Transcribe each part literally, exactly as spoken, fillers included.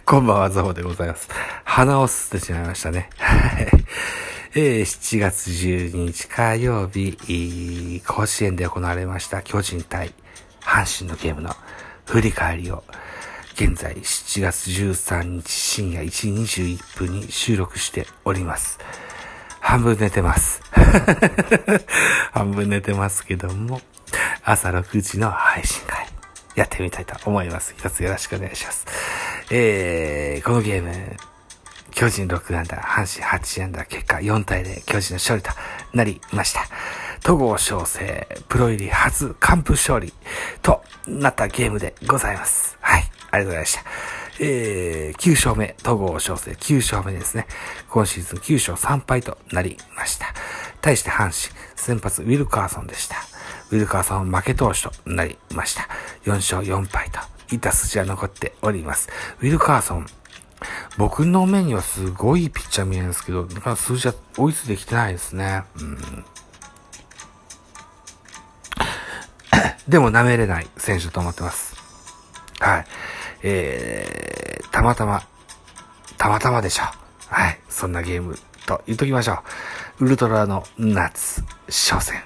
こんばんは、ザボでございます。鼻を吸ってしまいましたね。えー、しちがつじゅうににち火曜日、甲子園で行われました巨人対阪神のゲームの振り返りを、現在しちがつじゅうさんにち深夜いちじにじゅういっぷんに収録しております。半分寝てます。半分寝てますけども、朝ろくじの配信会、やってみたいと思います。一つよろしくお願いします。えー、このゲーム、巨人ろくあんだ、阪神はちあんだ、結果よんたいゼロ、巨人の勝利となりました。戸郷翔征、プロ入り初完封勝利となったゲームでございます。はい、ありがとうございました。えー、きゅうしょうめ、戸郷翔征きゅうしょうめですね。今シーズンきゅうしょうさんぱいとなりました。対して阪神、先発ウィルカーソンでした。ウィルカーソン負け投手となりました。よんしょうよんぱいといった数字が残っております。ウィルカーソン、僕の目にはすごいピッチャー見えるんですけど、なかなか数字は追いついてきてないですね。うん、でも舐めれない選手と思ってます。はい。えー、たまたま、たまたまでしょ。はい。そんなゲームと言っときましょう。ウルトラの夏初戦。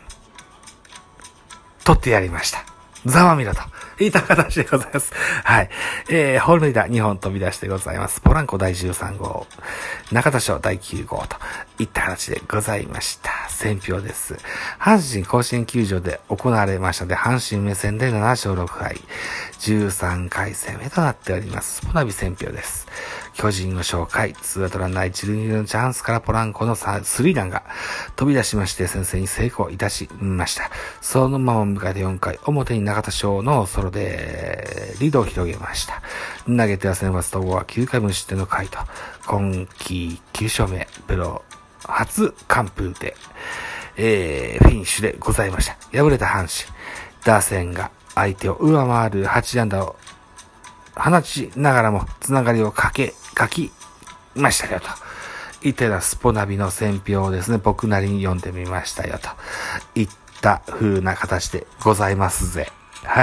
取ってやりました。ざわみろといった形でございます。はい。えー、本塁打にほん飛び出してございます。ポランコだいじゅうさんごう、中田翔だいきゅうごうといった形でございました。選評です。阪神甲子園球場で行われましたので、阪神目線でななしょうろくはい、じゅうさんかい戦目となっております。スポナビ選評です。巨人の紹介、ツーアウトランナーいちるいにるいのチャンスからポランコのスリーランが飛び出しまして先制に成功いたしました。そのまま迎えてよんかい表に中田翔のソロでリードを広げました。投げては先発戸郷はきゅうかい無失点の回と、今季きゅうしょうめ、プロ初完封で、えー、フィニッシュでございました。敗れた阪神、打線が相手を上回るはちあんだを放ちながらもつながりをかけ、書きましたよと。いったようなスポナビの選評をですね、僕なりに読んでみましたよと。いった風な形でございますぜ。はい。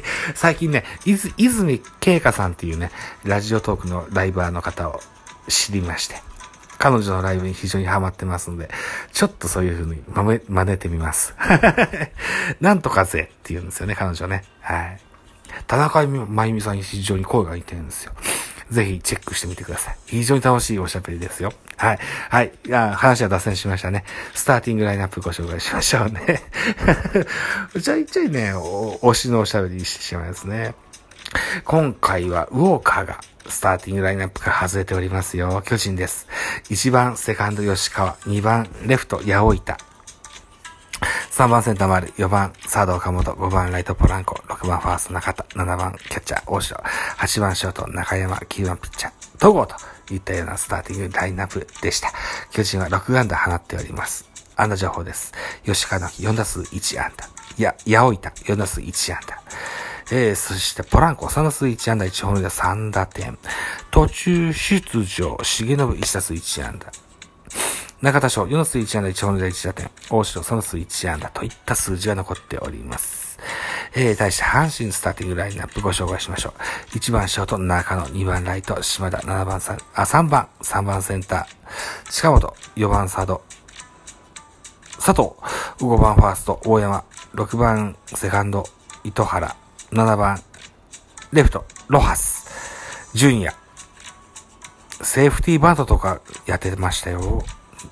最近ね、いず、泉慶香さんっていうね、ラジオトークのライバーの方を知りまして、彼女のライブに非常にハマってますので、ちょっとそういう風にまめ、真似てみます。なんとかぜって言うんですよね、彼女ね。はい。田中真由美さんに非常に声が似てるんですよ。ぜひチェックしてみてください。非常に楽しいおしゃべりですよ。はい。はい。いや、話は脱線しましたね。スターティングラインナップご紹介しましょうね。ちょいちょいね、推しのおしゃべりしてしまいますね。今回はウォーカーがスターティングラインナップから外れておりますよ。巨人です。いちばんセカンド吉川、にばんレフト八百板、さんばんセンター丸、よばんサード岡本、ごばんライトポランコ、ろくばんファースト中田、ななばんキャッチャー大城、はちばんショート中山、きゅうばんピッチャー戸郷といったようなスターティングラインナップでした。巨人はろくあんだ放っております。安打情報です。吉川のきよんだすういちあんだ、いや、八百板よんだすういちあんだ。えー、そしてポランコさんだすういちあんだいちほんでさんだてん。途中出場、重信いちだすういちあんだ。中田翔よんだすういちあんだいちほんでいちだてん。大城さんだすういちあんだといった数字が残っております。えー、対して阪神スターティングラインナップご紹介しましょう。いちばんショート中野、にばんライト島田、ななばんさん、あ、さんばん、さんばんセンター近本、よばんサード佐藤、ごばんファースト大山、ろくばんセカンド糸原、ななばんレフトロハス、純也、セーフティーバントとかやってましたよ。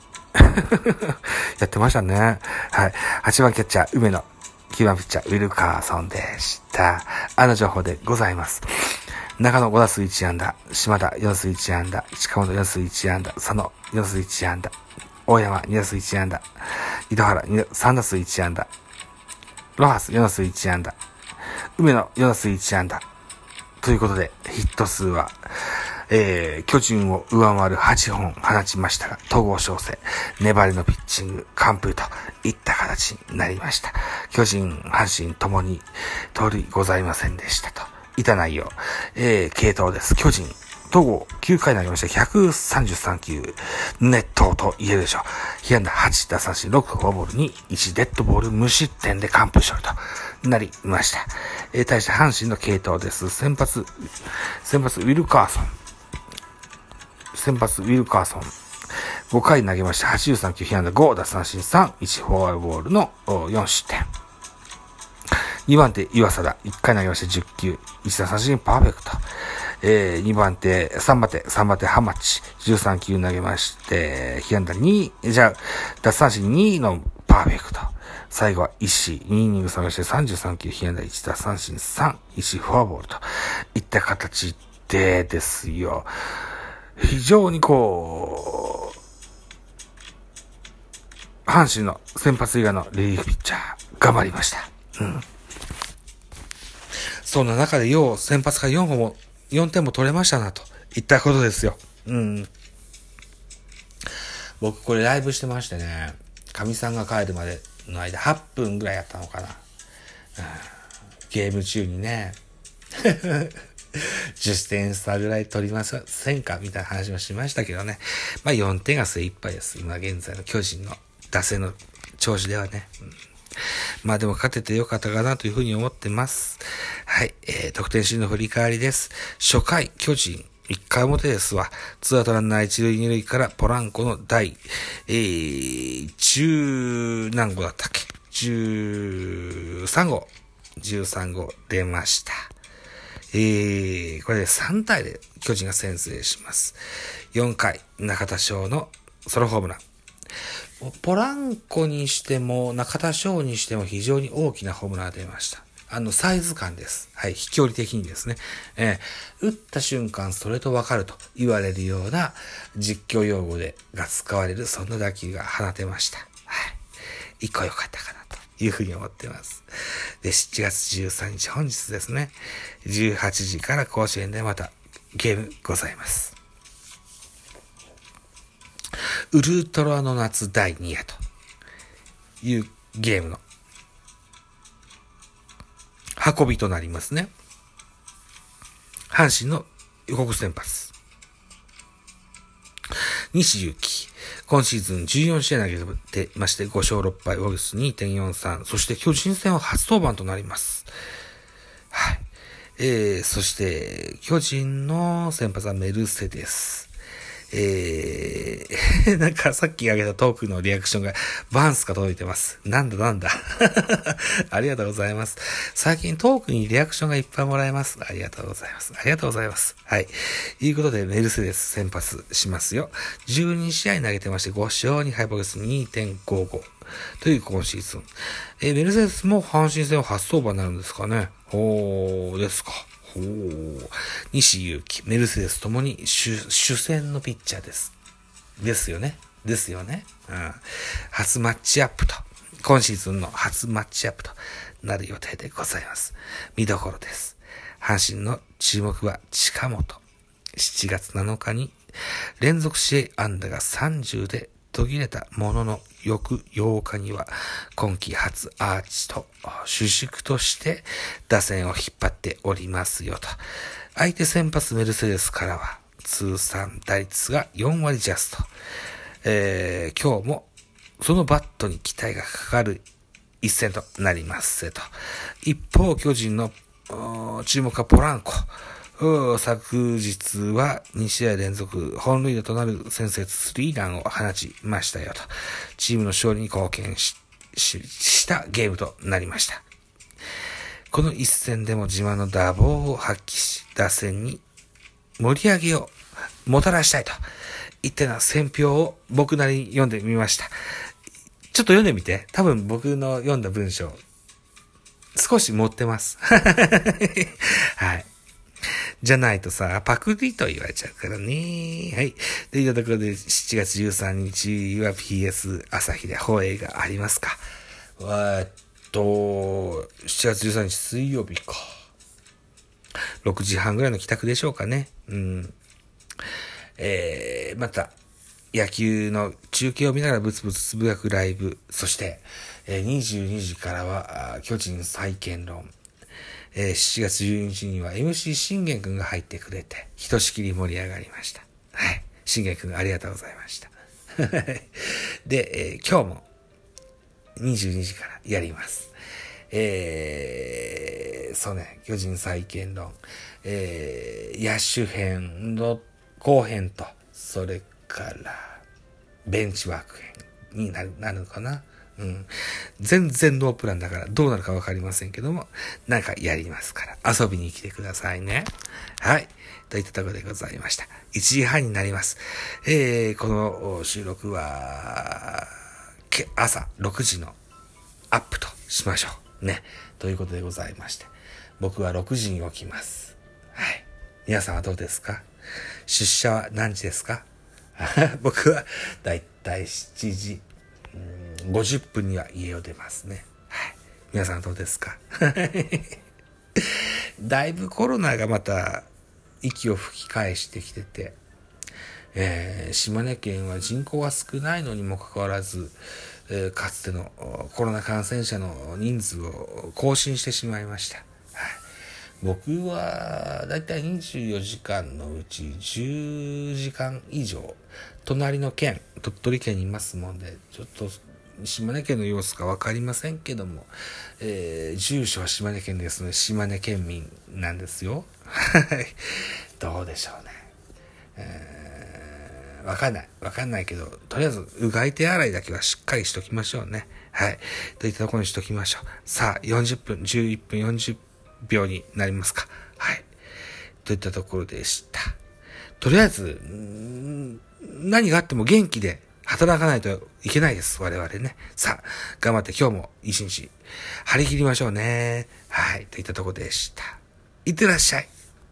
やってましたね。はい。はちばんキャッチャー梅野、きゅうばんピッチャーウィルカーソンでした。あの情報でございます。中野ごだすういちあんだ、島田よんだすういちあんだ、近本よんだすういちあんだ、佐野よんだすういちあんだ、大山にだすういちあんだ、糸原さんだすういちあんだ、ロハスよんだすういちあんだ、梅野よんだすういちあんだ。ということで、ヒット数は、えー、巨人を上回るはっぽん放ちましたが、戸郷翔征、粘りのピッチング、完封といった形になりました。巨人、阪神ともに通りございませんでしたといった内容。えー、系統です。巨人、戸郷きゅうかい投げました。ひゃくさんじゅうさんきゅう、熱投と言えるでしょう。被安打はちださんしんろくフォアボールにいちデッドボール無失点で完封勝利となりました。えー、対して阪神の系統です。先発、先発ウィルカーソン。 先発ウィルカーソン。ごかい投げまして、はちじゅうさんきゅう、被安打ご、奪三振さん、いちフォアボールのよん失点。にばん手、岩貞。いっかい投げまして、じゅっきゅう、いち奪三振パーフェクト。えー、にばん手、さんばん手、さんばん手、ハマチ。じゅうさんきゅう投げまして、被安打に、じゃあ、奪三振にのパーフェクト。最後は石、にイニング下げしてさんじゅうさんきゅう、被安打いち奪三振さん、いちフォアボールといった形でですよ。非常にこう、阪神の先発以外のリリーフピッチャー、頑張りました。うん。そんな中でよう先発からよんほんも、よんてんも取れましたな、といったことですよ。うん。僕これライブしてましてね、神さんが帰るまでの間はっぷんぐらいやったのかな。うん、ゲーム中にね、じゅってん差ぐらい取りませんかみたいな話もしましたけどね。まあよんてんが精一杯です。今現在の巨人の打線の調子ではね。うん、まあでも勝ててよかったかなというふうに思ってます。はい、えー、得点シーンの振り返りです。初回、巨人、いっかい表ですわ。ツーアウトランナー一塁二塁からポランコの第、えー、じゅう何号だったっけ ?じゅうさん号。じゅうさん号出ました。えー、これでさんたいで巨人が先制します。よんかい、中田翔のソロホームラン。ポランコにしても中田翔にしても非常に大きなホームランが出ました。あのサイズ感です。はい、飛距離的にですね。えー、打った瞬間それとわかると言われるような実況用語でが使われるそんな打球が放てました。はい、一個良かったかなというふうに思っています。で、しちがつじゅうさんにち本日ですね、じゅうはちじから甲子園でまたゲームございます。ウルトラの夏だいに夜というゲームの運びとなりますね。阪神の予告先発。西勇輝。今シーズンじゅうよんしあ投げてましてごしょうろっぱい、防御率 にてんよんさん。そして巨人戦は初登板となります。はい。えー、そして巨人の先発はメルセデス。えー、なんかさっき挙げたトークのリアクションがバンスが届いてます。なんだなんだ。ありがとうございます。最近トークにリアクションがいっぱいもらえます。ありがとうございます。ありがとうございます。はい。ということでメルセデス先発しますよ。じゅうにしあい投げてましてごしょうにはい、防御率 にてんごご という今シーズン。えー、メルセデスも阪神戦は初登板になるんですかね。ほーですか。ほー。西勇輝、メルセデスともに主、主戦のピッチャーです。ですよね。ですよね。うん。初マッチアップと、今シーズンの初マッチアップとなる予定でございます。見どころです。阪神の注目は近本。しちがつなのかに連続試合安打がさんじゅうで途切れたものの翌ようかには今季初アーチと主軸として打線を引っ張っておりますよと。相手先発メルセデスからは通算打率がよんわりジャスト。えー、今日もそのバットに期待がかかる一戦となりますと。一方巨人の注目はポランコ。昨日はにしあい連続本塁打となる先制スリーランを放ちましたよと。チームの勝利に貢献 し, し, したゲームとなりました。この一戦でも自慢の打棒を発揮し、打線に盛り上げをもたらしたいといったような選評を僕なりに読んでみました。ちょっと読んでみて。多分僕の読んだ文章少し持ってます。はい。じゃないとさ、パクリと言われちゃうからね。はい。というところで、しちがつじゅうさんにちは ピーエス 朝日で放映がありますか。えっと、しちがつじゅうさんにち水曜日か。ろくじはんぐらいの帰宅でしょうかね。うん。えー、また、野球の中継を見ながらブツブツつぶやくライブ。そして、えー、にじゅうにじからは、巨人再建論。えー、しちがつじゅうににちには エムシー 信玄くんが入ってくれて、ひとしきり盛り上がりました。はい。信玄くんありがとうございました。で、えー、今日もにじゅうにじからやります。えー、そうね、巨人再建論、えー、野手編の後編と、 それからベンチワーク編になる、なるのかな。うん。全然ノープランだからどうなるかわかりませんけども、なんかやりますから遊びに来てくださいね。はい。といったところでございました。いちじはんになります。えー、この収録は、朝ろくじのアップとしましょう。ね。ということでございまして。僕はろくじに起きます。はい。皆さんはどうですか？出社は何時ですか？僕はだいたいしちじごじゅっぷんには家を出ますね。はい。皆さんどうですか？だいぶコロナがまた息を吹き返してきてて、えー、島根県は人口は少ないのにもかかわらず、えー、かつてのコロナ感染者の人数を更新してしまいました。はい、僕はだいたいにじゅうよじかんのうちじゅうじかん以上隣の県、鳥取県にいますもんで、ちょっと島根県の様子かわかりませんけども、えー、住所は島根県ですので島根県民なんですよ。どうでしょうね。えー、わかんない。わかんないけど、とりあえずうがい手洗いだけはしっかりしときましょうね。はい。といったところにしときましょう。さあ、よんじゅっぷん、じゅういっぷんよんじゅっぴょうになりますか。はい。といったところでした。とりあえず、何があっても元気で働かないといけないです。我々ね。さあ、頑張って今日も一日張り切りましょうね。はい。といったところでした。いってらっしゃい。